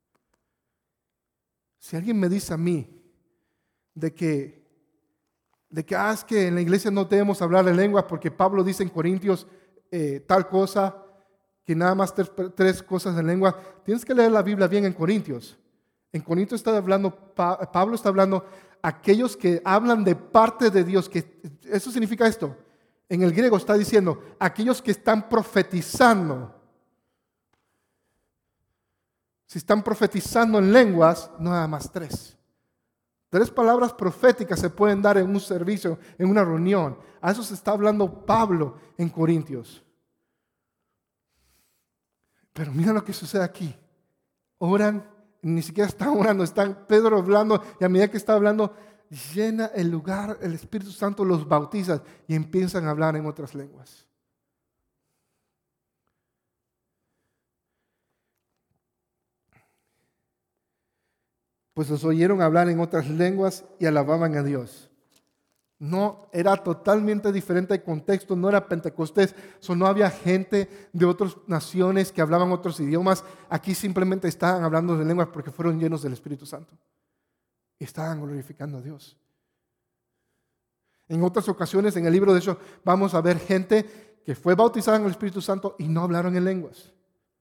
Si alguien me dice a mí de que, de que, ah, es que en la iglesia no debemos hablar en lenguas porque Pablo dice en Corintios eh, tal cosa, que nada más tres, tres cosas en lengua, tienes que leer la Biblia bien en Corintios. En Corintios está hablando, Pablo está hablando aquellos que hablan de parte de Dios, que eso significa esto. En el griego está diciendo aquellos que están profetizando. Si están profetizando en lenguas, nada más tres. Tres palabras proféticas se pueden dar en un servicio, en una reunión. A eso se está hablando Pablo en Corintios. Pero mira lo que sucede aquí. Oran, ni siquiera están orando, están Pedro hablando, y a medida que está hablando, llena el lugar, el Espíritu Santo los bautiza y empiezan a hablar en otras lenguas. Pues los oyeron hablar en otras lenguas y alababan a Dios. No, era totalmente diferente el contexto, no era Pentecostés, so, no había gente de otras naciones que hablaban otros idiomas. Aquí simplemente estaban hablando de lenguas porque fueron llenos del Espíritu Santo. Y estaban glorificando a Dios. En otras ocasiones, en el libro de Hechos, vamos a ver gente que fue bautizada en el Espíritu Santo y no hablaron en lenguas.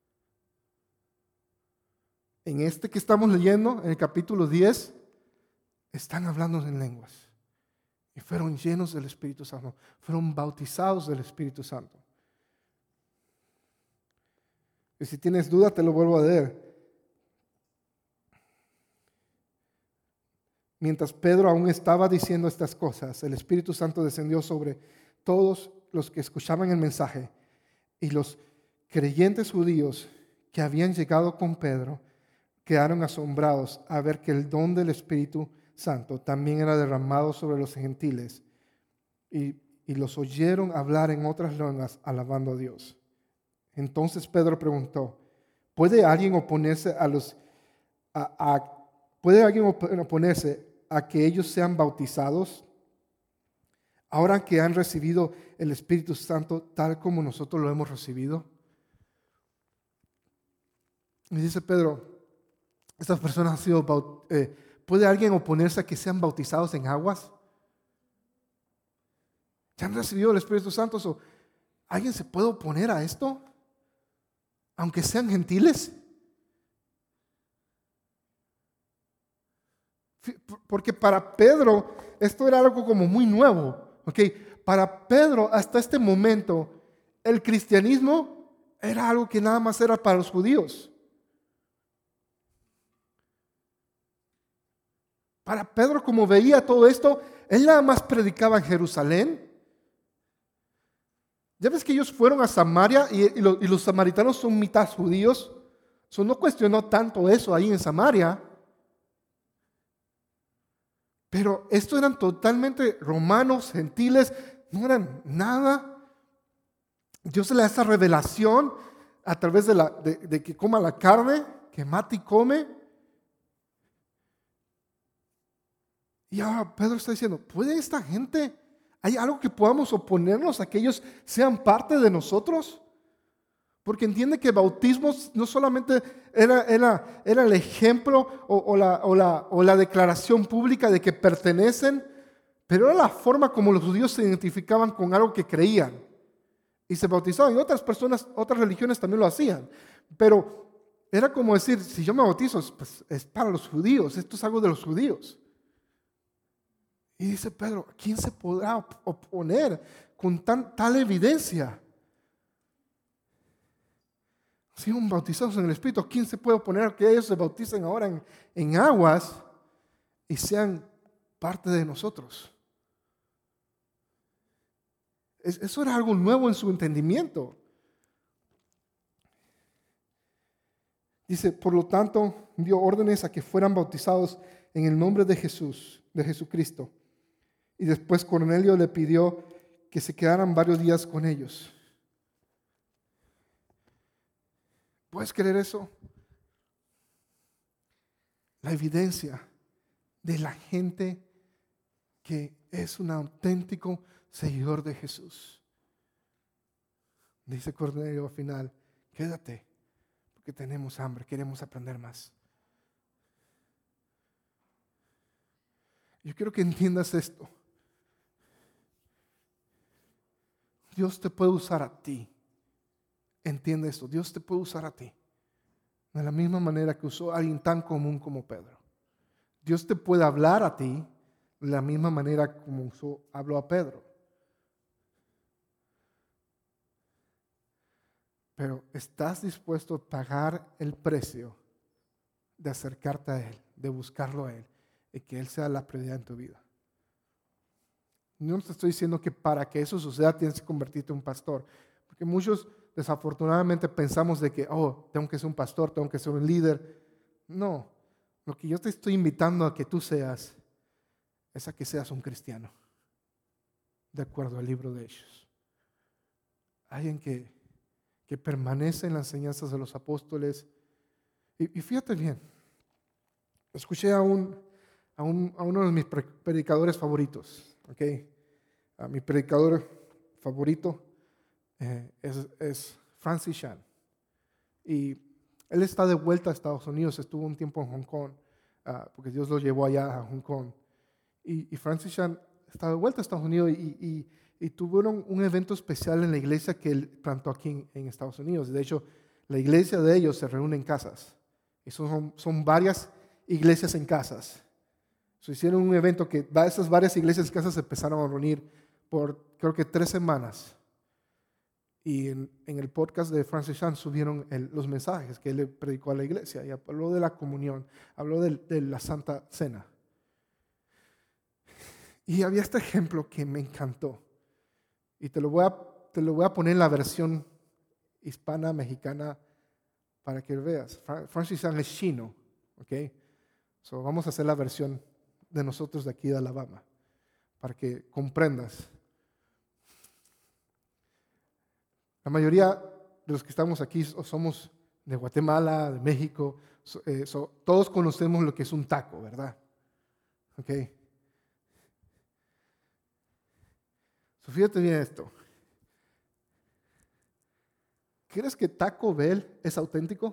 En este que estamos leyendo, en el capítulo diez, están hablando en lenguas. Y fueron llenos del Espíritu Santo. Fueron bautizados del Espíritu Santo. Y si tienes duda, te lo vuelvo a leer. Mientras Pedro aún estaba diciendo estas cosas, el Espíritu Santo descendió sobre todos los que escuchaban el mensaje. Y los creyentes judíos que habían llegado con Pedro quedaron asombrados a ver que el don del Espíritu Santo también era derramado sobre los gentiles y, y los oyeron hablar en otras lenguas alabando a Dios. Entonces Pedro preguntó, ¿puede alguien oponerse a los a, a, ¿puede alguien oponerse a que ellos sean bautizados ahora que han recibido el Espíritu Santo tal como nosotros lo hemos recibido? Y dice Pedro, estas personas han sido bautizadas. Eh, ¿Puede alguien oponerse a que sean bautizados en aguas? ¿Ya han recibido el Espíritu Santo? ¿So, ¿alguien se puede oponer a esto? Aunque sean gentiles. Porque para Pedro esto era algo como muy nuevo. ¿Okay? Para Pedro hasta este momento el cristianismo era algo que nada más era para los judíos. Para Pedro, como veía todo esto, él nada más predicaba en Jerusalén. Ya ves que ellos fueron a Samaria y, y, lo, y los samaritanos son mitad judíos. So, no cuestionó tanto eso ahí en Samaria. Pero estos eran totalmente romanos, gentiles, no eran nada. Dios le da esa revelación a través de, la, de, de que coma la carne, que mata y come. Y ahora Pedro está diciendo, ¿puede esta gente, hay algo que podamos oponernos a que ellos sean parte de nosotros? Porque entiende que bautismo no solamente era, era, era el ejemplo o, o, la, o, la, o la declaración pública de que pertenecen, pero era la forma como los judíos se identificaban con algo que creían. Y se bautizaban, y otras personas, otras religiones también lo hacían. Pero era como decir, si yo me bautizo, pues es para los judíos, esto es algo de los judíos. Y dice Pedro, ¿quién se podrá oponer con tan, tal evidencia? Si son bautizados en el Espíritu, ¿quién se puede oponer a que ellos se bauticen ahora en, en aguas y sean parte de nosotros? Es, eso era algo nuevo en su entendimiento. Dice, por lo tanto, dio órdenes a que fueran bautizados en el nombre de Jesús, de Jesucristo. y después Cornelio le pidió que se quedaran varios días con ellos. ¿Puedes creer eso? La evidencia de la gente que es un auténtico seguidor de Jesús. Dice Cornelio al final, quédate, porque tenemos hambre, queremos aprender más. Yo quiero que entiendas esto. Dios te puede usar a ti. Entiende esto, Dios te puede usar a ti. De la misma manera que usó a alguien tan común como Pedro. Dios te puede hablar a ti de la misma manera como usó, habló a Pedro. Pero ¿estás dispuesto a pagar el precio de acercarte a Él, de buscarlo a Él y que Él sea la prioridad en tu vida? No te estoy diciendo que para que eso suceda tienes que convertirte en un pastor, porque muchos desafortunadamente pensamos de que, oh, tengo que ser un pastor, tengo que ser un líder. No, lo que yo te estoy invitando a que tú seas es a que seas un cristiano, de acuerdo al libro de Hechos. Alguien que, que permanece en las enseñanzas de los apóstoles. Y, y fíjate bien, escuché a, un, a, un, a uno de mis predicadores favoritos, ¿ok? A mi predicador favorito eh, es, es Francis Chan. Y él está de vuelta a Estados Unidos, estuvo un tiempo en Hong Kong, uh, porque Dios lo llevó allá a Hong Kong. Y, y Francis Chan está de vuelta a Estados Unidos y, y, y tuvieron un evento especial en la iglesia que él plantó aquí en, en Estados Unidos. De hecho, la iglesia de ellos se reúne en casas. Y son, son varias iglesias en casas. So, hicieron un evento que esas varias iglesias en casas se empezaron a reunir por creo que tres semanas. Y en, en el podcast de Francis Chan subieron el, los mensajes que él le predicó a la iglesia. Y habló de la comunión, habló de, de la Santa Cena. Y había este ejemplo que me encantó. Y te lo voy a, te lo voy a poner en la versión hispana, mexicana, para que veas. Francis Chan es chino, ¿ok? So, vamos a hacer la versión de nosotros de aquí de Alabama, para que comprendas. La mayoría de los que estamos aquí somos de Guatemala, de México, so, eh, so, todos conocemos lo que es un taco, ¿verdad? ¿Ok? So, fíjate bien esto. ¿Crees que Taco Bell es auténtico?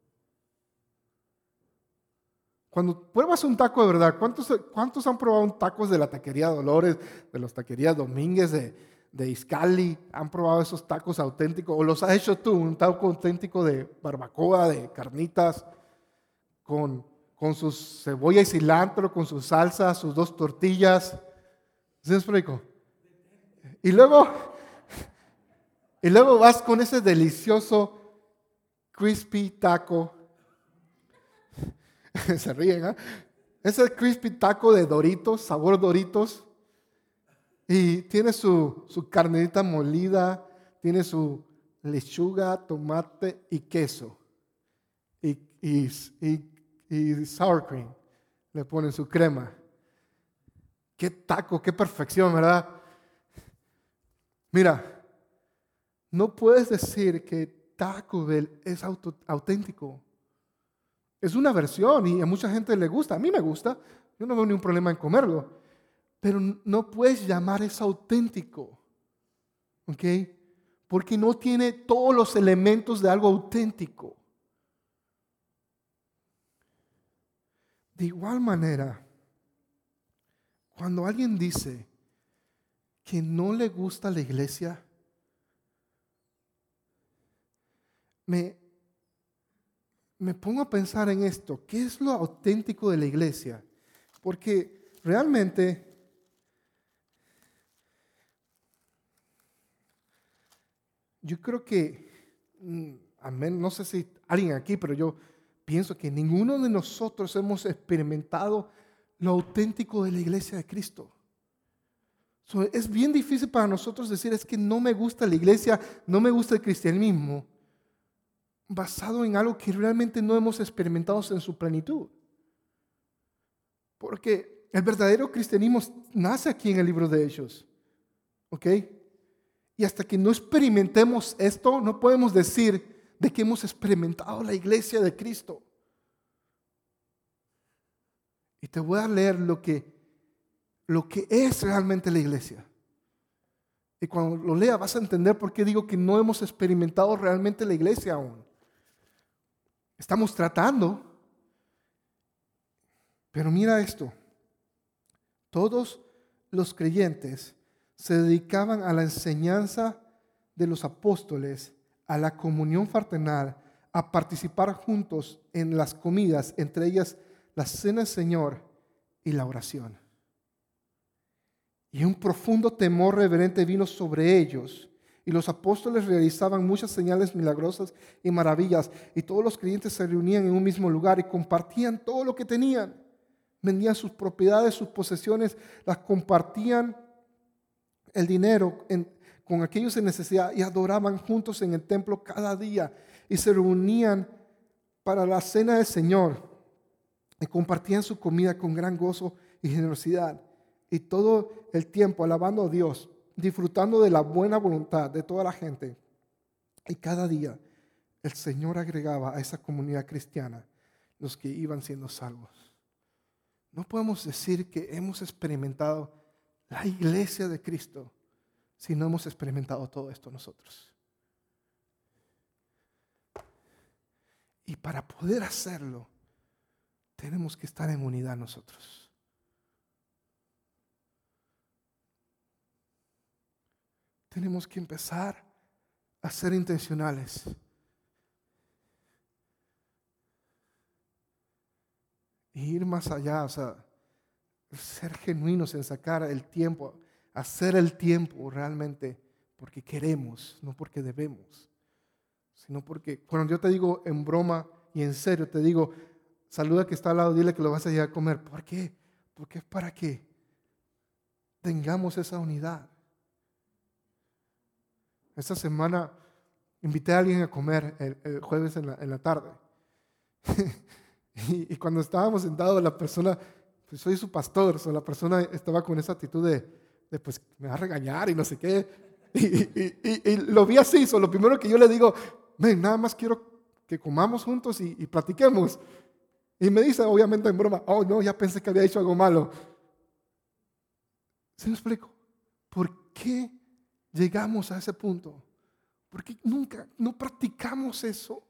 Cuando pruebas un taco de verdad, ¿cuántos, cuántos han probado un tacos de la taquería Dolores, de las taquerías Domínguez, de, de Iscali? ¿Han probado esos tacos auténticos? ¿O los has hecho tú? Un taco auténtico de barbacoa, de carnitas, con, con sus cebolla y cilantro, con su salsa, sus dos tortillas. ¿Sí me explico? Y luego, y luego vas con ese delicioso crispy taco. Se ríen, ¿eh? Ese crispy taco de Doritos, sabor Doritos. Y tiene su, su carnita molida, tiene su lechuga, tomate y queso. Y, y, y, y sour cream. Le ponen su crema. Qué taco, qué perfección, ¿verdad? Mira, no puedes decir que Taco Bell es auto, auténtico. Es una versión y a mucha gente le gusta. A mí me gusta. Yo no veo ningún problema en comerlo. Pero no puedes llamar eso auténtico. ¿Ok? Porque no tiene todos los elementos de algo auténtico. De igual manera, cuando alguien dice que no le gusta la iglesia, me, me pongo a pensar en esto. ¿Qué es lo auténtico de la iglesia? Porque realmente yo creo que, amén, no sé si alguien aquí, pero yo pienso que ninguno de nosotros hemos experimentado lo auténtico de la iglesia de Cristo. So, es bien difícil para nosotros decir, es que no me gusta la iglesia, no me gusta el cristianismo, basado en algo que realmente no hemos experimentado en su plenitud. Porque El verdadero cristianismo nace aquí en el libro de Hechos. ¿Ok? Y hasta que no experimentemos esto, no podemos decir de que hemos experimentado la iglesia de Cristo. Y te voy a leer lo que, lo que es realmente la iglesia. Y cuando lo lea vas a entender por qué digo que no hemos experimentado realmente la iglesia aún. Estamos tratando. Pero mira esto. Todos los creyentes se dedicaban a la enseñanza de los apóstoles, a la comunión fraternal, a participar juntos en las comidas, entre ellas la cena del Señor y la oración. Y un profundo temor reverente vino sobre ellos, y los apóstoles realizaban muchas señales milagrosas y maravillas, y todos los creyentes se reunían en un mismo lugar y compartían todo lo que tenían. Vendían sus propiedades, sus posesiones, las compartían el dinero en, con aquellos en necesidad y adoraban juntos en el templo cada día y se reunían para la cena del Señor y compartían su comida con gran gozo y generosidad y todo el tiempo alabando a Dios, disfrutando de la buena voluntad de toda la gente. Y cada día el Señor agregaba a esa comunidad cristiana los que iban siendo salvos. No podemos decir que hemos experimentado la iglesia de Cristo si no hemos experimentado todo esto nosotros. Y para poder hacerlo, tenemos que estar en unidad nosotros. Tenemos que empezar a ser intencionales. Y ir más allá, o sea, ser genuinos en sacar el tiempo, hacer el tiempo realmente porque queremos, no porque debemos, sino porque cuando yo te digo en broma y en serio, te digo, saluda que está al lado, dile que lo vas a llevar a comer. ¿Por qué? Porque es para que tengamos esa unidad. Esta semana invité a alguien a comer el, el jueves en la, en la tarde. Y, y cuando estábamos sentados, la persona, pues soy su pastor, so la persona estaba con esa actitud de, de pues me va a regañar y no sé qué. Y, y, y, y lo vi así, so lo primero que yo le digo, ven, nada más quiero que comamos juntos y, y platiquemos. Y me dice, obviamente en broma, oh no, ya pensé que había hecho algo malo. ¿Se me explico? ¿Por qué llegamos a ese punto? Porque nunca, no practicamos eso.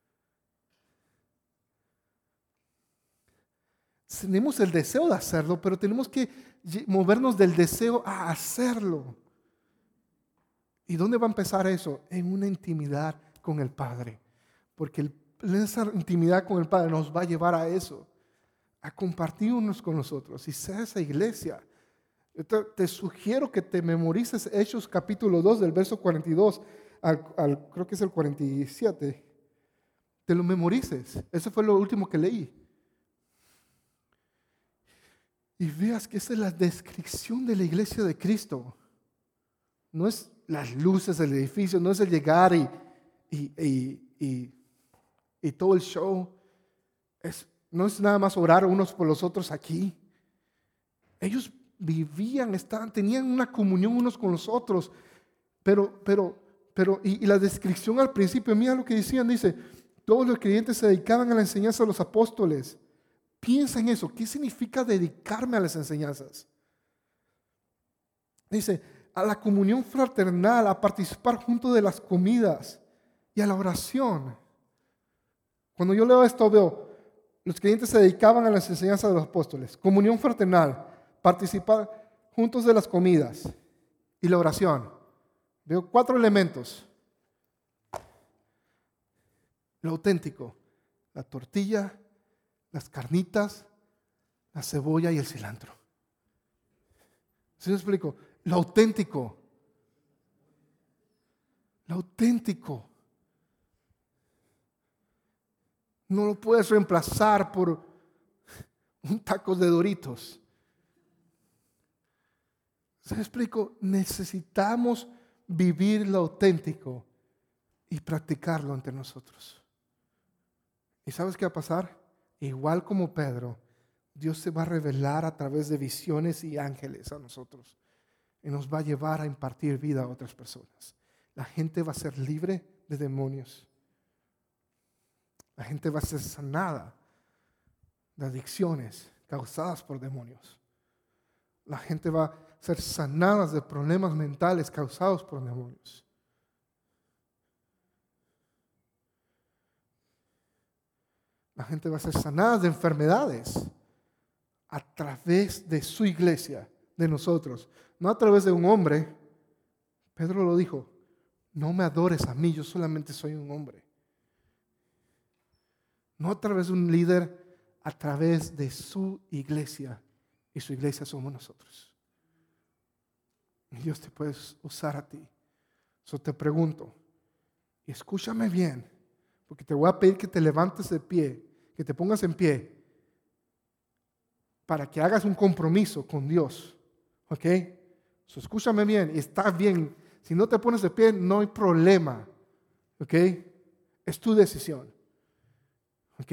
Tenemos el deseo de hacerlo, pero tenemos que movernos del deseo a hacerlo. ¿Y dónde va a empezar eso? En una intimidad con el Padre. Porque el, esa intimidad con el Padre nos va a llevar a eso, a compartir unos con los otros y ser esa iglesia. Yo te, te sugiero que te memorices Hechos capítulo dos del verso cuarenta y dos al, al creo que es el cuarenta y siete. Te lo memorices. Eso fue lo último que leí. Y veas que esa es la descripción de la iglesia de Cristo. No es las luces del edificio, no es el llegar y, y, y, y, y todo el show. Es, no es nada más orar unos por los otros aquí. Ellos vivían, estaban, tenían una comunión unos con los otros. Pero, pero, pero, y, y la descripción al principio, mira lo que decían, dice, todos los creyentes se dedicaban a la enseñanza de los apóstoles. Piensa en eso. ¿Qué significa dedicarme a las enseñanzas? Dice, a la comunión fraternal, a participar junto de las comidas y a la oración. Cuando yo leo esto veo, los creyentes se dedicaban a las enseñanzas de los apóstoles. Comunión fraternal, participar juntos de las comidas y la oración. Veo cuatro elementos. Lo auténtico, la tortilla, las carnitas, la cebolla y el cilantro. ¿Sí me explico? Lo auténtico. Lo auténtico. No lo puedes reemplazar por un taco de Doritos. ¿Sí me explico? Necesitamos vivir lo auténtico y practicarlo entre nosotros. ¿Y sabes qué va a pasar? Igual como Pedro, Dios se va a revelar a través de visiones y ángeles a nosotros y nos va a llevar a impartir vida a otras personas. La gente va a ser libre de demonios. La gente va a ser sanada de adicciones causadas por demonios. La gente va a ser sanada de problemas mentales causados por demonios. La gente va a ser sanada de enfermedades a través de su iglesia, de nosotros. No a través de un hombre. Pedro lo dijo, no me adores a mí, yo solamente soy un hombre. No a través de un líder, a través de su iglesia. Y su iglesia somos nosotros. Y Dios te puede usar a ti. Yo te pregunto, y escúchame bien, porque te voy a pedir que te levantes de pie, que te pongas en pie, para que hagas un compromiso con Dios. ¿Ok? So, escúchame bien, y está bien. Si no te pones de pie, no hay problema. ¿Ok? Es tu decisión. ¿Ok?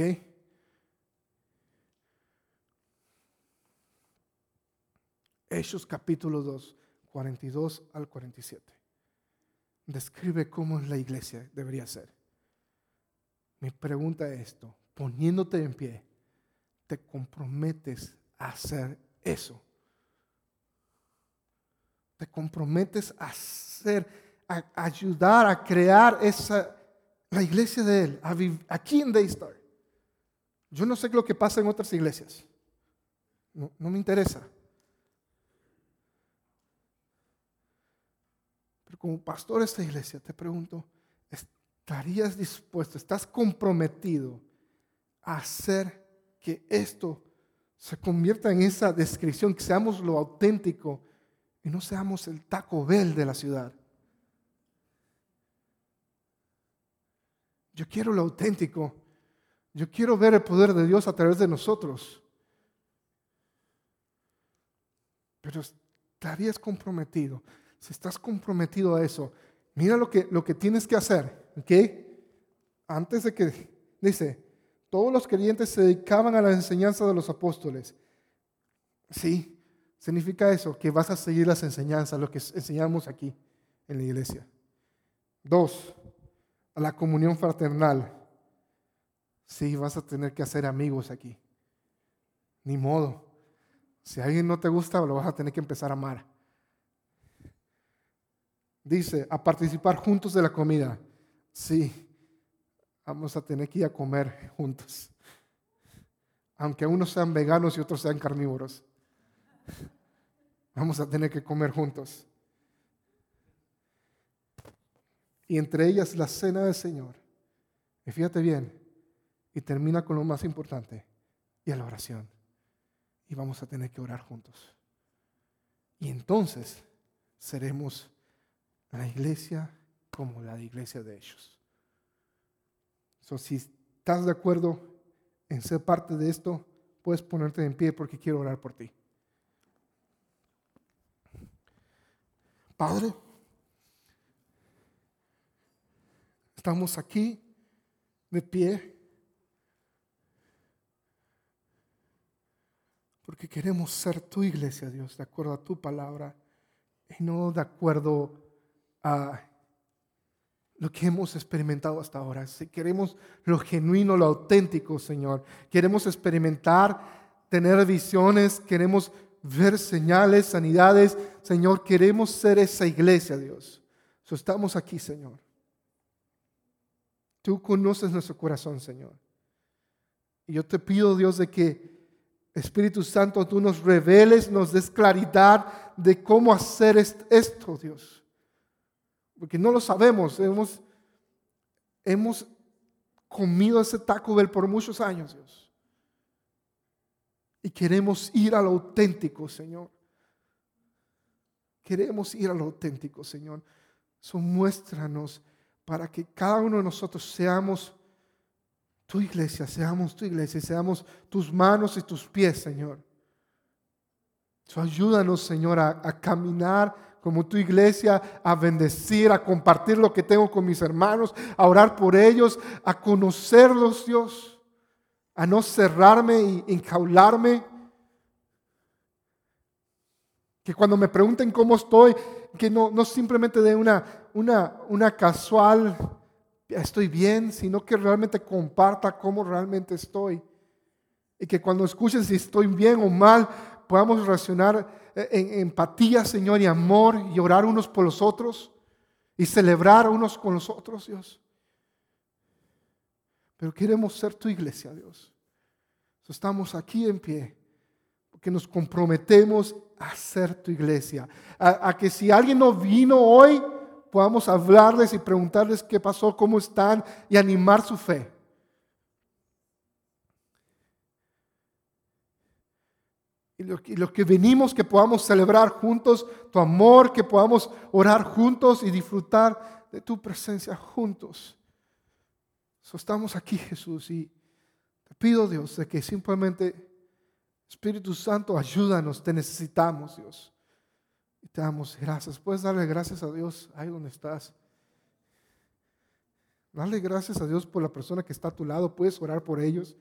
Hechos capítulo dos, cuarenta y dos al cuarenta y siete. Describe cómo la iglesia debería ser. Mi pregunta es esto: poniéndote en pie, ¿te comprometes a hacer eso? ¿Te comprometes a hacer, a ayudar a crear esa, la iglesia de Él, a vivir aquí en Daystar? Yo no sé lo que pasa en otras iglesias. No, no me interesa. Pero como pastor de esta iglesia, te pregunto, ¿estarías dispuesto, estás comprometido a hacer que esto se convierta en esa descripción, que seamos lo auténtico y no seamos el Taco Bell de la ciudad? Yo quiero lo auténtico. Yo quiero ver el poder de Dios a través de nosotros. Pero estarías comprometido. Si estás comprometido a eso, mira lo que, lo que tienes que hacer. ¿Ok? Antes de que, dice, todos los creyentes se dedicaban a la enseñanza de los apóstoles. Sí, significa eso, que vas a seguir las enseñanzas, lo que enseñamos aquí en la iglesia. Dos, a la comunión fraternal. Sí, vas a tener que hacer amigos aquí. Ni modo. Si alguien no te gusta, lo vas a tener que empezar a amar. Dice, a participar juntos de la comida. Sí, vamos a tener que ir a comer juntos. Aunque unos sean veganos y otros sean carnívoros. Vamos a tener que comer juntos. Y entre ellas la cena del Señor. Y fíjate bien, y termina con lo más importante, y a la oración. Y vamos a tener que orar juntos. Y entonces seremos la iglesia como la iglesia de ellos. So, si estás de acuerdo en ser parte de esto, puedes ponerte en pie porque quiero orar por ti. Padre, estamos aquí de pie porque queremos ser tu iglesia, Dios, de acuerdo a tu palabra y no de acuerdo a lo que hemos experimentado hasta ahora. Si queremos lo genuino, lo auténtico, Señor. Queremos experimentar, tener visiones, queremos ver señales, sanidades. Señor, queremos ser esa iglesia, Dios. So, estamos aquí, Señor. Tú conoces nuestro corazón, Señor. Y yo te pido, Dios, de que Espíritu Santo, tú nos reveles, nos des claridad de cómo hacer esto, Dios. Porque no lo sabemos. Hemos, hemos comido ese Taco Bell por muchos años, Dios. Y queremos ir a lo auténtico, Señor. Queremos ir a lo auténtico, Señor. So, muéstranos para que cada uno de nosotros seamos tu iglesia, seamos tu iglesia, seamos tus manos y tus pies, Señor. So, ayúdanos, Señor, a, a caminar como tu iglesia, a bendecir, a compartir lo que tengo con mis hermanos, a orar por ellos, a conocerlos, Dios, a no cerrarme y enjaularme, Que cuando me pregunten cómo estoy, que no, no simplemente de una, una, una casual, estoy bien, sino que realmente comparta cómo realmente estoy. Y que cuando escuchen si estoy bien o mal, podamos reaccionar en empatía, Señor, y amor, y orar unos por los otros, y celebrar unos con los otros, Dios. Pero queremos ser tu iglesia, Dios. Estamos aquí en pie, porque nos comprometemos a ser tu iglesia. A, a que si alguien no vino hoy, podamos hablarles y preguntarles qué pasó, cómo están, y animar su fe. Y lo, y lo que venimos, que podamos celebrar juntos tu amor, que podamos orar juntos y disfrutar de tu presencia juntos. So, estamos aquí, Jesús, y te pido, Dios, de que simplemente, Espíritu Santo, ayúdanos, te necesitamos, Dios. Y te damos gracias. Puedes darle gracias a Dios ahí donde estás. Dale gracias a Dios por la persona que está a tu lado. Puedes orar por ellos.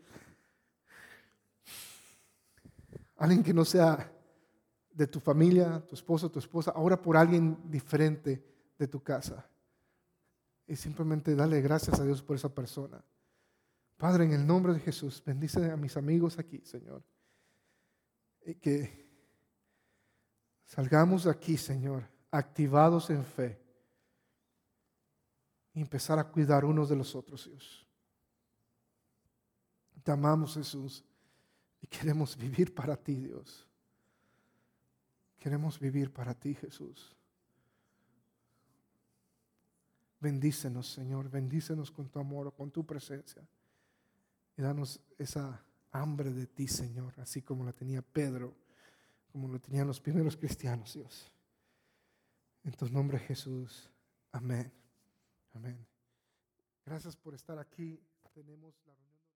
Alguien que no sea de tu familia, tu esposo, tu esposa, ora por alguien diferente de tu casa. Y simplemente dale gracias a Dios por esa persona. Padre, en el nombre de Jesús, bendice a mis amigos aquí, Señor. Y que salgamos de aquí, Señor, activados en fe. Y empezar a cuidar unos de los otros, Dios. Te amamos, Jesús. Y queremos vivir para ti, Dios. Queremos vivir para ti, Jesús. Bendícenos, Señor. Bendícenos con tu amor, con tu presencia. Y danos esa hambre de ti, Señor. Así como la tenía Pedro, como lo tenían los primeros cristianos, Dios. En tu nombre, Jesús. Amén. Amén. Gracias por estar aquí. Tenemos la reunión.